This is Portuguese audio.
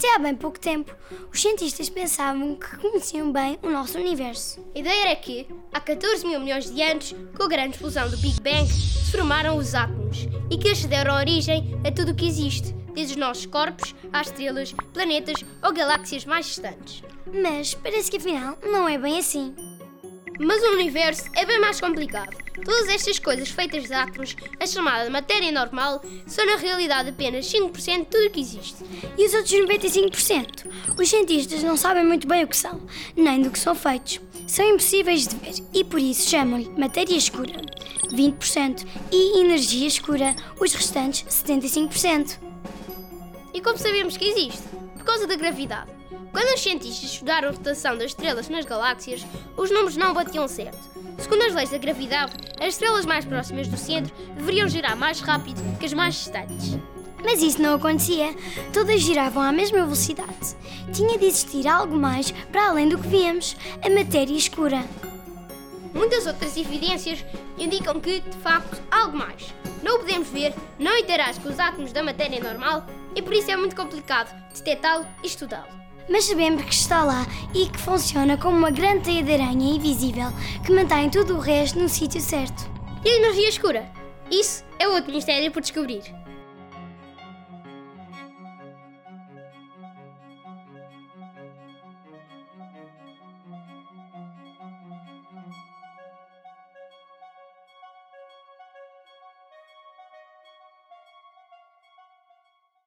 Até há bem pouco tempo, os cientistas pensavam que conheciam bem o nosso universo. A ideia era que, há 14 mil milhões de anos, com a grande explosão do Big Bang, se formaram os átomos e que eles deram origem a tudo o que existe, desde os nossos corpos às estrelas, planetas ou galáxias mais distantes. Mas parece que afinal não é bem assim. Mas o universo é bem mais complicado. Todas estas coisas feitas de átomos, a chamada matéria normal, são na realidade apenas 5% de tudo o que existe. E os outros 95%? Os cientistas não sabem muito bem o que são, nem do que são feitos. São impossíveis de ver e por isso chamam-lhe matéria escura, 20%, e energia escura, os restantes 75%. E como sabemos que existe? Por causa da gravidade. Quando os cientistas estudaram a rotação das estrelas nas galáxias, os números não batiam certo. Segundo as leis da gravidade, as estrelas mais próximas do centro deveriam girar mais rápido que as mais distantes. Mas isso não acontecia. Todas giravam à mesma velocidade. Tinha de existir algo mais para além do que víamos, a matéria escura. Muitas outras evidências indicam que, de facto, há algo mais. Não o podemos ver, não interage com os átomos da matéria normal e por isso é muito complicado detectá-lo e estudá-lo. Mas sabemos que está lá e que funciona como uma grande teia de aranha invisível que mantém tudo o resto no sítio certo. E a energia escura? Isso é outro mistério por descobrir.